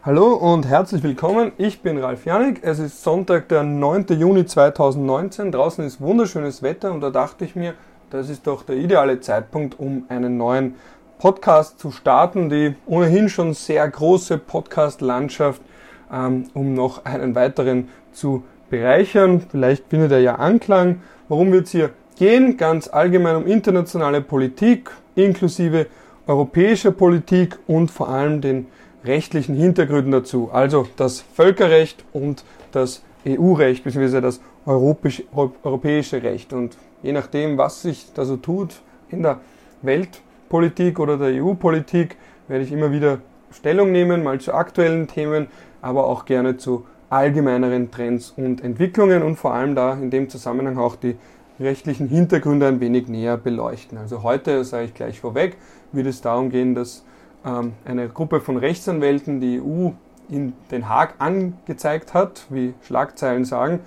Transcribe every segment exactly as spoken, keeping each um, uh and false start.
Hallo und herzlich willkommen, ich bin Ralf Janik, es ist Sonntag, der neunte Juni zweitausendneunzehn, draußen ist wunderschönes Wetter und da dachte ich mir, das ist doch der ideale Zeitpunkt, um einen neuen Podcast zu starten, die ohnehin schon sehr große Podcast-Landschaft, ähm, um noch einen weiteren zu bereichern. Vielleicht findet er ja Anklang. Worum wird es hier gehen? Ganz allgemein um internationale Politik, inklusive europäischer Politik und vor allem den rechtlichen Hintergründen dazu, also das Völkerrecht und das E U-Recht bzw. das europäische, europäische Recht. Und je nachdem, was sich da so tut in der Weltpolitik oder der E U-Politik, werde ich immer wieder Stellung nehmen, mal zu aktuellen Themen, aber auch gerne zu allgemeineren Trends und Entwicklungen und vor allem da in dem Zusammenhang auch die rechtlichen Hintergründe ein wenig näher beleuchten. Also heute, sage ich gleich vorweg, wird es darum gehen, dass eine Gruppe von Rechtsanwälten die E U in Den Haag angezeigt hat, wie Schlagzeilen sagen,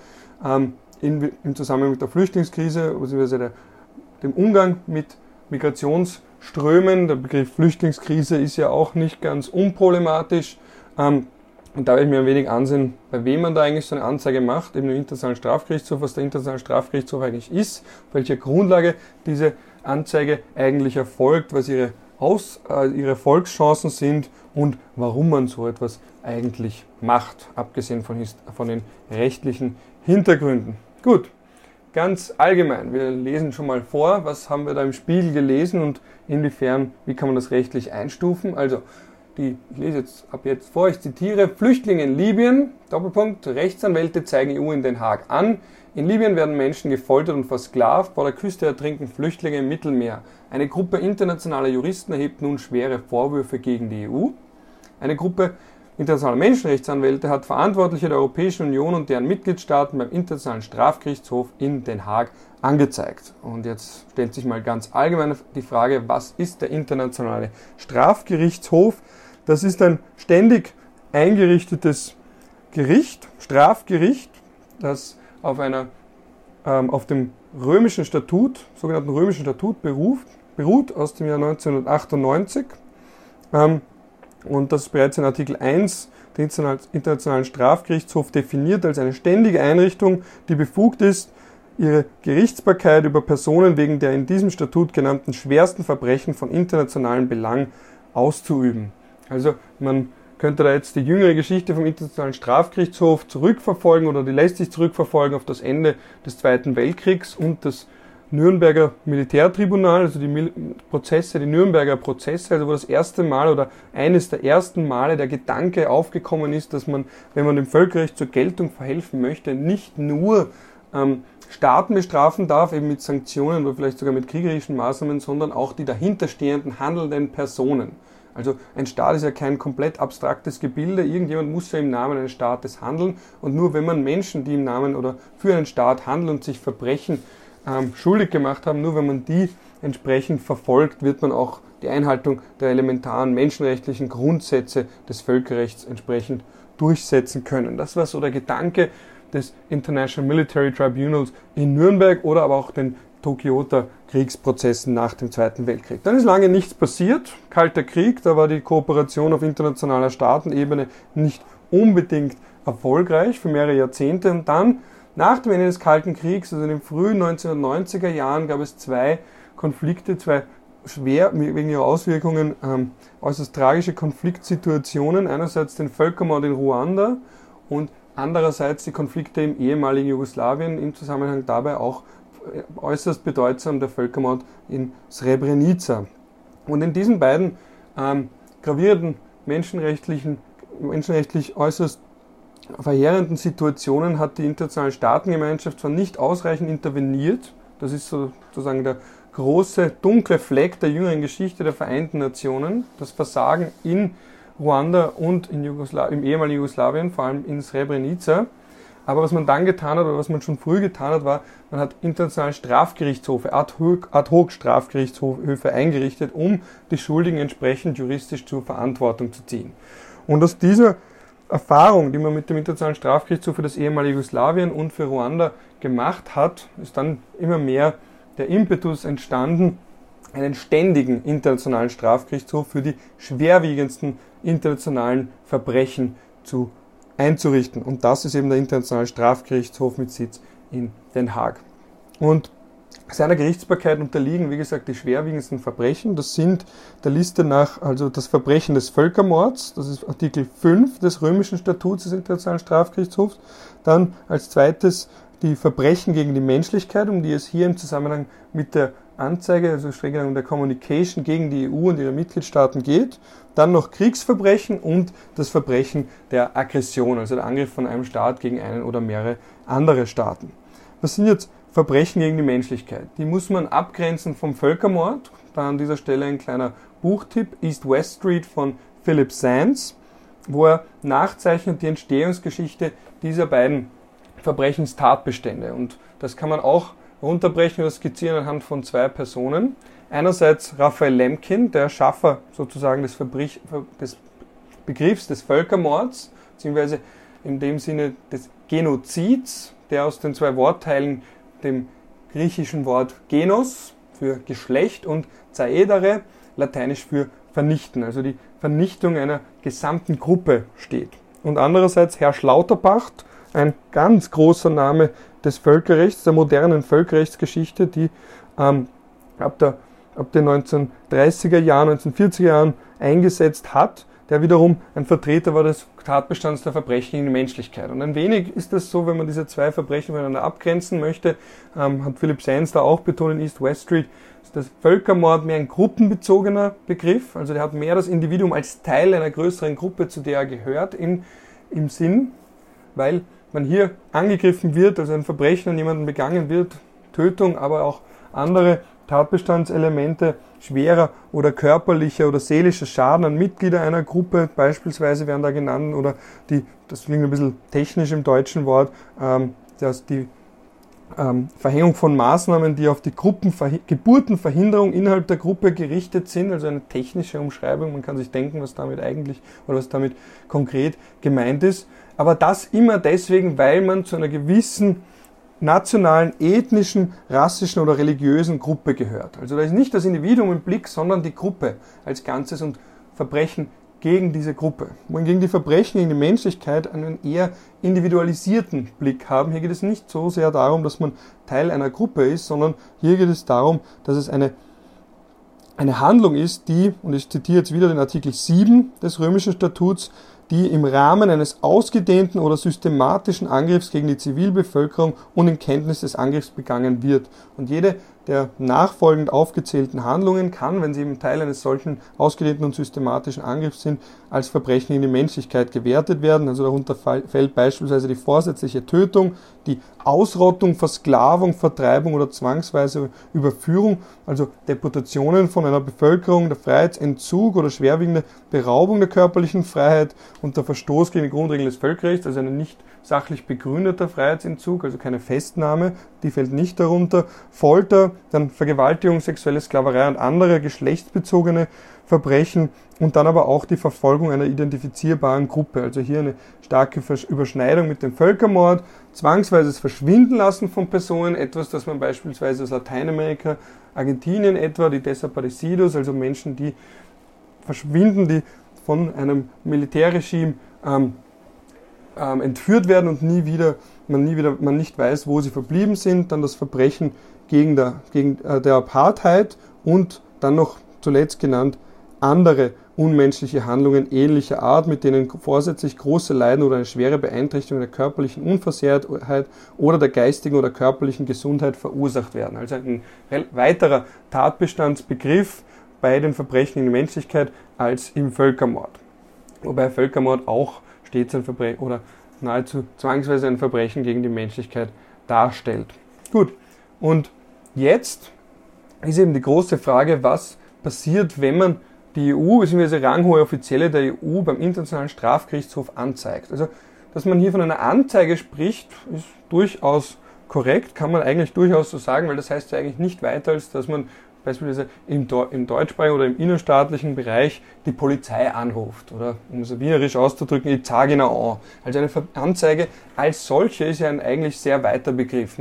in, im Zusammenhang mit der Flüchtlingskrise bzw. dem Umgang mit Migrationsströmen. Der Begriff Flüchtlingskrise ist ja auch nicht ganz unproblematisch. Und da werde ich mir ein wenig ansehen, bei wem man da eigentlich so eine Anzeige macht, eben im Internationalen Strafgerichtshof, was der Internationale Strafgerichtshof eigentlich ist, auf welcher Grundlage diese Anzeige eigentlich erfolgt, was ihre aus äh, ihre Erfolgschancen sind und warum man so etwas eigentlich macht, abgesehen von, von den rechtlichen Hintergründen. Gut, ganz allgemein, wir lesen schon mal vor, was haben wir da im Spiegel gelesen und inwiefern, wie kann man das rechtlich einstufen. Also, die, ich lese jetzt ab jetzt vor, ich zitiere, Flüchtlinge in Libyen, Doppelpunkt, Rechtsanwälte zeigen E U in Den Haag an. In Libyen werden Menschen gefoltert und versklavt, vor der Küste ertrinken Flüchtlinge im Mittelmeer. Eine Gruppe internationaler Juristen erhebt nun schwere Vorwürfe gegen die E U. Eine Gruppe internationaler Menschenrechtsanwälte hat Verantwortliche der Europäischen Union und deren Mitgliedstaaten beim Internationalen Strafgerichtshof in Den Haag angezeigt. Und jetzt stellt sich mal ganz allgemein die Frage, was ist der Internationale Strafgerichtshof? Das ist ein ständig eingerichtetes Gericht, Strafgericht, das auf einer, ähm, auf dem römischen Statut, sogenannten römischen Statut beruft, beruht aus dem Jahr neunzehnhundertachtundneunzig. Ähm, und das ist bereits in Artikel eins der Internationalen Strafgerichtshof definiert als eine ständige Einrichtung, die befugt ist, ihre Gerichtsbarkeit über Personen wegen der in diesem Statut genannten schwersten Verbrechen von internationalem Belang auszuüben. Also man könnte da jetzt die jüngere Geschichte vom Internationalen Strafgerichtshof zurückverfolgen oder die lässt sich zurückverfolgen auf das Ende des Zweiten Weltkriegs und das Nürnberger Militärtribunal, also die Prozesse, die Nürnberger Prozesse, also wo das erste Mal oder eines der ersten Male der Gedanke aufgekommen ist, dass man, wenn man dem Völkerrecht zur Geltung verhelfen möchte, nicht nur ähm, Staaten bestrafen darf, eben mit Sanktionen oder vielleicht sogar mit kriegerischen Maßnahmen, sondern auch die dahinterstehenden handelnden Personen. Also ein Staat ist ja kein komplett abstraktes Gebilde, irgendjemand muss ja im Namen eines Staates handeln und nur wenn man Menschen, die im Namen oder für einen Staat handeln und sich Verbrechen ähm, schuldig gemacht haben, nur wenn man die entsprechend verfolgt, wird man auch die Einhaltung der elementaren menschenrechtlichen Grundsätze des Völkerrechts entsprechend durchsetzen können. Das war so der Gedanke des International Military Tribunals in Nürnberg oder aber auch den Tokioter Kriegsprozessen nach dem Zweiten Weltkrieg. Dann ist lange nichts passiert. Kalter Krieg, da war die Kooperation auf internationaler Staatenebene nicht unbedingt erfolgreich für mehrere Jahrzehnte. Und dann, nach dem Ende des Kalten Kriegs, also in den frühen neunzehnhundertneunziger Jahren, gab es zwei Konflikte, zwei schwer, wegen ihrer Auswirkungen, ähm, äußerst tragische Konfliktsituationen. Einerseits den Völkermord in Ruanda und andererseits die Konflikte im ehemaligen Jugoslawien, im Zusammenhang dabei auch äußerst bedeutsam der Völkermord in Srebrenica. Und in diesen beiden ähm, gravierenden menschenrechtlichen, menschenrechtlich äußerst verheerenden Situationen hat die internationale Staatengemeinschaft zwar nicht ausreichend interveniert, das ist sozusagen der große dunkle Fleck der jüngeren Geschichte der Vereinten Nationen, das Versagen in Ruanda und in Jugosla- im ehemaligen Jugoslawien, vor allem in Srebrenica. Aber was man dann getan hat, oder was man schon früh getan hat, war, man hat internationale Strafgerichtshöfe, Ad-hoc-Strafgerichtshöfe eingerichtet, um die Schuldigen entsprechend juristisch zur Verantwortung zu ziehen. Und aus dieser Erfahrung, die man mit dem Internationalen Strafgerichtshof für das ehemalige Jugoslawien und für Ruanda gemacht hat, ist dann immer mehr der Impetus entstanden, einen ständigen internationalen Strafgerichtshof für die schwerwiegendsten internationalen Verbrechen zu einzurichten. Und das ist eben der Internationale Strafgerichtshof mit Sitz in Den Haag. Und seiner Gerichtsbarkeit unterliegen, wie gesagt, die schwerwiegendsten Verbrechen. Das sind der Liste nach, also das Verbrechen des Völkermords, das ist Artikel fünf des römischen Statuts des Internationalen Strafgerichtshofs. Dann als zweites die Verbrechen gegen die Menschlichkeit, um die es hier im Zusammenhang mit der Anzeige, also streng genommen der Communication gegen die E U und ihre Mitgliedstaaten geht. Dann noch Kriegsverbrechen und das Verbrechen der Aggression, also der Angriff von einem Staat gegen einen oder mehrere andere Staaten. Was sind jetzt Verbrechen gegen die Menschlichkeit? Die muss man abgrenzen vom Völkermord. Da an dieser Stelle ein kleiner Buchtipp, East-West Street von Philip Sands, wo er nachzeichnet die Entstehungsgeschichte dieser beiden Verbrechenstatbestände. Und das kann man auch runterbrechen oder skizzieren anhand von zwei Personen. Einerseits Raphael Lemkin, der Schaffer sozusagen des, Verbrich, des Begriffs des Völkermords, beziehungsweise in dem Sinne des Genozids, der aus den zwei Wortteilen, dem griechischen Wort Genos für Geschlecht und Zaedere, lateinisch für vernichten, also die Vernichtung einer gesamten Gruppe steht. Und andererseits Herr Schlauterpacht, ein ganz großer Name des Völkerrechts, der modernen Völkerrechtsgeschichte, die ähm, ab, der, ab den neunzehnhundertdreißiger Jahren, neunzehnhundertvierziger Jahren eingesetzt hat, der wiederum ein Vertreter war des Tatbestands der Verbrechen gegen die Menschlichkeit. Und ein wenig ist das so, wenn man diese zwei Verbrechen voneinander abgrenzen möchte, ähm, hat Philip Sands da auch betont in East-West Street, ist das Völkermord mehr ein gruppenbezogener Begriff, also der hat mehr das Individuum als Teil einer größeren Gruppe, zu der er gehört, im, im Sinn, weil man hier angegriffen wird, also ein Verbrechen an jemanden begangen wird, Tötung, aber auch andere Tatbestandselemente, schwerer oder körperlicher oder seelischer Schaden an Mitglieder einer Gruppe beispielsweise werden da genannt, oder die, das klingt ein bisschen technisch im deutschen Wort, ähm, dass die ähm, Verhängung von Maßnahmen, die auf die Gruppenverhi- Geburtenverhinderung innerhalb der Gruppe gerichtet sind, also eine technische Umschreibung, man kann sich denken, was damit eigentlich oder was damit konkret gemeint ist, aber das immer deswegen, weil man zu einer gewissen nationalen, ethnischen, rassischen oder religiösen Gruppe gehört. Also da ist nicht das Individuum im Blick, sondern die Gruppe als Ganzes und Verbrechen gegen diese Gruppe. Wohingegen die Verbrechen gegen die Menschlichkeit einen eher individualisierten Blick haben. Hier geht es nicht so sehr darum, dass man Teil einer Gruppe ist, sondern hier geht es darum, dass es eine, eine Handlung ist, die, und ich zitiere jetzt wieder den Artikel sieben des römischen Statuts, die im Rahmen eines ausgedehnten oder systematischen Angriffs gegen die Zivilbevölkerung und in Kenntnis des Angriffs begangen wird. Und jede der nachfolgend aufgezählten Handlungen kann, wenn sie eben Teil eines solchen ausgedehnten und systematischen Angriffs sind, als Verbrechen gegen die Menschlichkeit gewertet werden. Also darunter fällt beispielsweise die vorsätzliche Tötung, die Ausrottung, Versklavung, Vertreibung oder zwangsweise Überführung, also Deportationen von einer Bevölkerung, der Freiheitsentzug oder schwerwiegende Beraubung der körperlichen Freiheit und der Verstoß gegen die Grundregeln des Völkerrechts, also ein nicht sachlich begründeter Freiheitsentzug, also keine Festnahme, die fällt nicht darunter, Folter, dann Vergewaltigung, sexuelle Sklaverei und andere geschlechtsbezogene Verbrechen und dann aber auch die Verfolgung einer identifizierbaren Gruppe, also hier eine starke Überschneidung mit dem Völkermord, zwangsweises Verschwinden lassen von Personen, etwas, das man beispielsweise aus Lateinamerika, Argentinien etwa, die Desaparecidos, also Menschen, die verschwinden, die von einem Militärregime ähm, ähm, entführt werden und nie wieder, man nie wieder, man nicht weiß, wo sie verblieben sind, dann das Verbrechen gegen, der, gegen äh, der Apartheid und dann noch zuletzt genannt andere unmenschliche Handlungen ähnlicher Art, mit denen vorsätzlich große Leiden oder eine schwere Beeinträchtigung der körperlichen Unversehrtheit oder der geistigen oder körperlichen Gesundheit verursacht werden. Also ein weiterer Tatbestandsbegriff bei den Verbrechen in der Menschlichkeit als im Völkermord. Wobei Völkermord auch stets ein Verbrechen oder nahezu zwangsweise ein Verbrechen gegen die Menschlichkeit darstellt. Gut, und jetzt ist eben die große Frage, was passiert, wenn man die E U bzw. ranghohe Offizielle der E U beim Internationalen Strafgerichtshof anzeigt. Also, dass man hier von einer Anzeige spricht, ist durchaus korrekt, kann man eigentlich durchaus so sagen, weil das heißt ja eigentlich nicht weiter, als dass man beispielsweise im, im deutschsprachigen oder im innerstaatlichen Bereich die Polizei anruft. Oder um es wienerisch auszudrücken, ich zeige ihn an. Also eine Anzeige als solche ist ja ein eigentlich sehr weiter Begriff. Man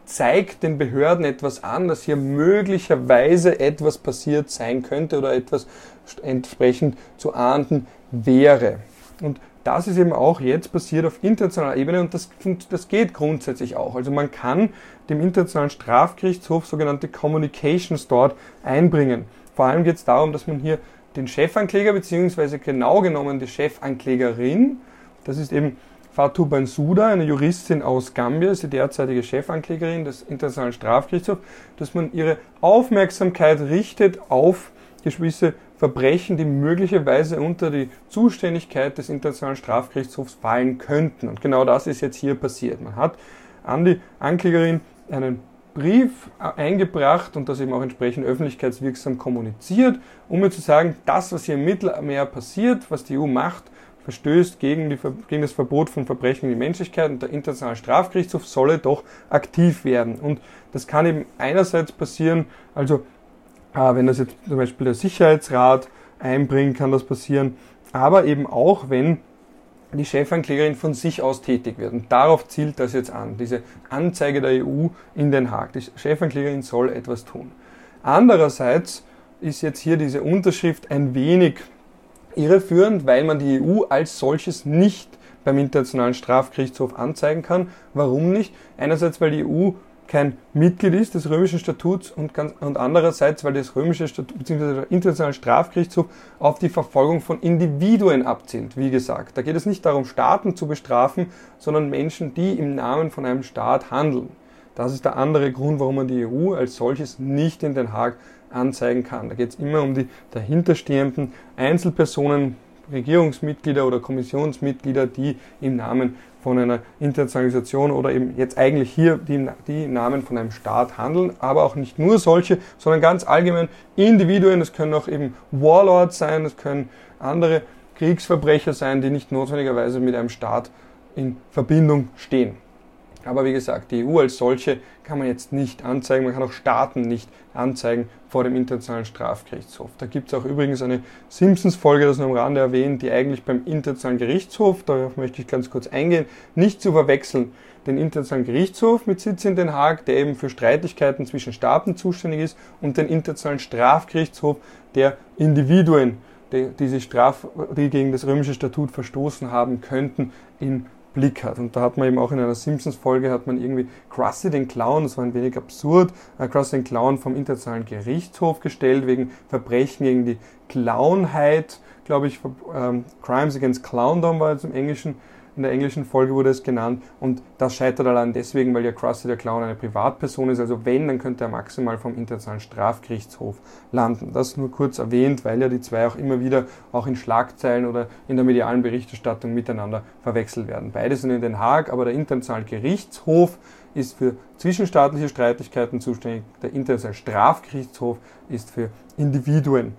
zeigt den Behörden etwas an, dass hier möglicherweise etwas passiert sein könnte oder etwas entsprechend zu ahnden wäre. Und das ist eben auch jetzt passiert auf internationaler Ebene und das, das geht grundsätzlich auch. Also man kann dem Internationalen Strafgerichtshof sogenannte Communications dort einbringen. Vor allem geht es darum, dass man hier den Chefankläger bzw. genau genommen die Chefanklägerin, das ist eben Fatou Bensouda, eine Juristin aus Gambia, ist die derzeitige Chefanklägerin des Internationalen Strafgerichtshofs, dass man ihre Aufmerksamkeit richtet auf gewisse Verbrechen, die möglicherweise unter die Zuständigkeit des Internationalen Strafgerichtshofs fallen könnten. Und genau das ist jetzt hier passiert. Man hat an die Anklägerin einen Brief eingebracht und das eben auch entsprechend öffentlichkeitswirksam kommuniziert, um mir zu sagen, das, was hier im Mittelmeer passiert, was die E U macht, verstößt gegen, die, gegen das Verbot von Verbrechen gegen die Menschlichkeit und der Internationale Strafgerichtshof solle doch aktiv werden. Und das kann eben einerseits passieren, also äh, wenn das jetzt zum Beispiel der Sicherheitsrat einbringt, kann das passieren, aber eben auch, wenn die Chefanklägerin von sich aus tätig wird. Und darauf zielt das jetzt an, diese Anzeige der E U in Den Haag. Die Chefanklägerin soll etwas tun. Andererseits ist jetzt hier diese Unterschrift ein wenig irreführend, weil man die E U als solches nicht beim Internationalen Strafgerichtshof anzeigen kann. Warum nicht? Einerseits, weil die E U kein Mitglied ist des römischen Statuts und, ganz, und andererseits, weil das römische Statut bzw. der Internationale Strafgerichtshof auf die Verfolgung von Individuen abzielt. Wie gesagt, da geht es nicht darum, Staaten zu bestrafen, sondern Menschen, die im Namen von einem Staat handeln. Das ist der andere Grund, warum man die E U als solches nicht in Den Haag anzeigen kann. Da geht es immer um die dahinterstehenden Einzelpersonen, Regierungsmitglieder oder Kommissionsmitglieder, die im Namen von einer internationalen Organisation oder eben jetzt eigentlich hier die, die im Namen von einem Staat handeln, aber auch nicht nur solche, sondern ganz allgemein Individuen, das können auch eben Warlords sein, das können andere Kriegsverbrecher sein, die nicht notwendigerweise mit einem Staat in Verbindung stehen. Aber wie gesagt, die E U als solche kann man jetzt nicht anzeigen, man kann auch Staaten nicht anzeigen vor dem Internationalen Strafgerichtshof. Da gibt es auch übrigens eine Simpsons-Folge, das nur am Rande erwähnt, die eigentlich beim Internationalen Gerichtshof, darauf möchte ich ganz kurz eingehen, nicht zu verwechseln, den Internationalen Gerichtshof mit Sitz in Den Haag, der eben für Streitigkeiten zwischen Staaten zuständig ist, und den Internationalen Strafgerichtshof, der Individuen, die, diese Straf, die gegen das römische Statut verstoßen haben könnten, in Blick hat. Und da hat man eben auch in einer Simpsons-Folge hat man irgendwie Krusty den Clown, das war ein wenig absurd, äh, Krusty den Clown vom Internationalen Gerichtshof gestellt, wegen Verbrechen gegen die Clownheit, glaube ich, ähm, Crimes Against Clowndom war jetzt im Englischen, in der englischen Folge wurde es genannt, und das scheitert allein deswegen, weil ja Krusty der Clown eine Privatperson ist, also wenn, dann könnte er maximal vom Internationalen Strafgerichtshof landen. Das nur kurz erwähnt, weil ja die zwei auch immer wieder auch in Schlagzeilen oder in der medialen Berichterstattung miteinander verwechselt werden. Beide sind in Den Haag, aber der Internationale Gerichtshof ist für zwischenstaatliche Streitigkeiten zuständig, der Internationale Strafgerichtshof ist für Individuen.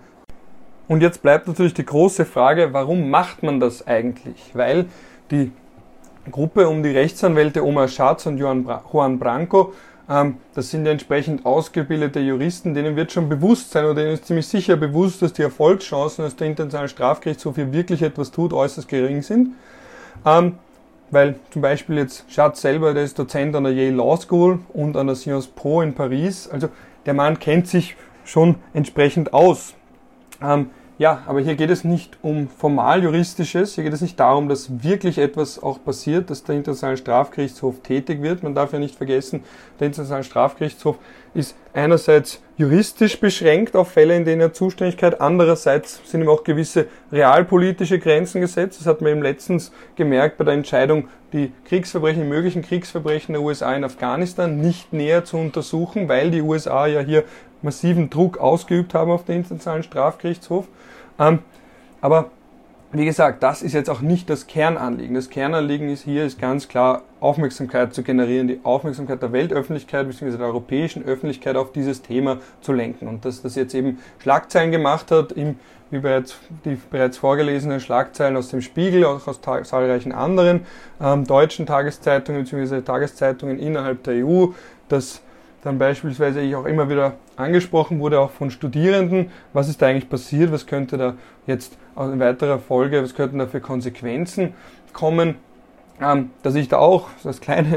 Und jetzt bleibt natürlich die große Frage, warum macht man das eigentlich? Weil die Gruppe um die Rechtsanwälte Omar Schatz und Juan Branco, ähm, das sind ja entsprechend ausgebildete Juristen, denen wird schon bewusst sein, oder denen ist ziemlich sicher bewusst, dass die Erfolgschancen, dass der Internationale Strafgerichtshof hier wirklich etwas tut, äußerst gering sind. Ähm, weil zum Beispiel jetzt Schatz selber, der ist Dozent an der Yale Law School und an der Sciences Po in Paris, also der Mann kennt sich schon entsprechend aus. Ähm, Ja, aber hier geht es nicht um formal-juristisches, hier geht es nicht darum, dass wirklich etwas auch passiert, dass der Internationale Strafgerichtshof tätig wird. Man darf ja nicht vergessen, der Internationale Strafgerichtshof ist einerseits juristisch beschränkt auf Fälle, in denen er Zuständigkeit, andererseits sind ihm auch gewisse realpolitische Grenzen gesetzt. Das hat man eben letztens gemerkt bei der Entscheidung, die Kriegsverbrechen, die möglichen Kriegsverbrechen der U S A in Afghanistan nicht näher zu untersuchen, weil die U S A ja hier massiven Druck ausgeübt haben auf den Internationalen Strafgerichtshof. Ähm, aber wie gesagt, das ist jetzt auch nicht das Kernanliegen. Das Kernanliegen ist hier ist ganz klar, Aufmerksamkeit zu generieren, die Aufmerksamkeit der Weltöffentlichkeit bzw. der europäischen Öffentlichkeit auf dieses Thema zu lenken. Und dass das jetzt eben Schlagzeilen gemacht hat, im, wie bereits, die bereits vorgelesenen Schlagzeilen aus dem Spiegel, auch aus ta- zahlreichen anderen ähm, deutschen Tageszeitungen bzw. Tageszeitungen innerhalb der E U, dass dann beispielsweise ich auch immer wieder angesprochen wurde, auch von Studierenden, was ist da eigentlich passiert, was könnte da jetzt in weiterer Folge, was könnten da für Konsequenzen kommen, ähm, dass ich da auch als kleine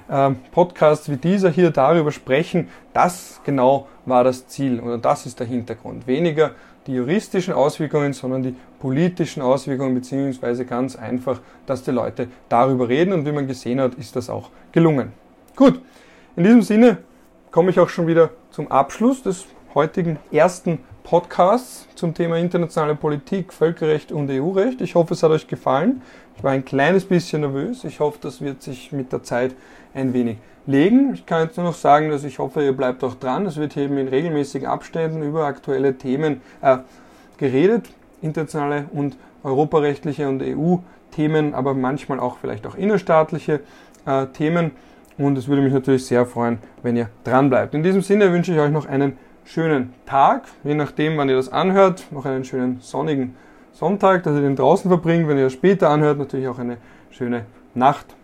äh, Podcasts wie dieser hier darüber sprechen. Das genau war das Ziel oder das ist der Hintergrund. Weniger die juristischen Auswirkungen, sondern die politischen Auswirkungen, beziehungsweise ganz einfach, dass die Leute darüber reden und wie man gesehen hat, ist das auch gelungen. Gut, in diesem Sinne komme ich auch schon wieder zum Abschluss des heutigen ersten Podcasts zum Thema internationale Politik, Völkerrecht und E U-Recht. Ich hoffe, es hat euch gefallen. Ich war ein kleines bisschen nervös. Ich hoffe, das wird sich mit der Zeit ein wenig legen. Ich kann jetzt nur noch sagen, dass ich hoffe, ihr bleibt auch dran. Es wird eben in regelmäßigen Abständen über aktuelle Themen äh, geredet, internationale und europarechtliche und E U-Themen, aber manchmal auch vielleicht auch innerstaatliche äh, Themen. Und es würde mich natürlich sehr freuen, wenn ihr dran bleibt. In diesem Sinne wünsche ich euch noch einen schönen Tag, je nachdem, wann ihr das anhört, noch einen schönen sonnigen Sonntag, dass ihr den draußen verbringt. Wenn ihr das später anhört, natürlich auch eine schöne Nacht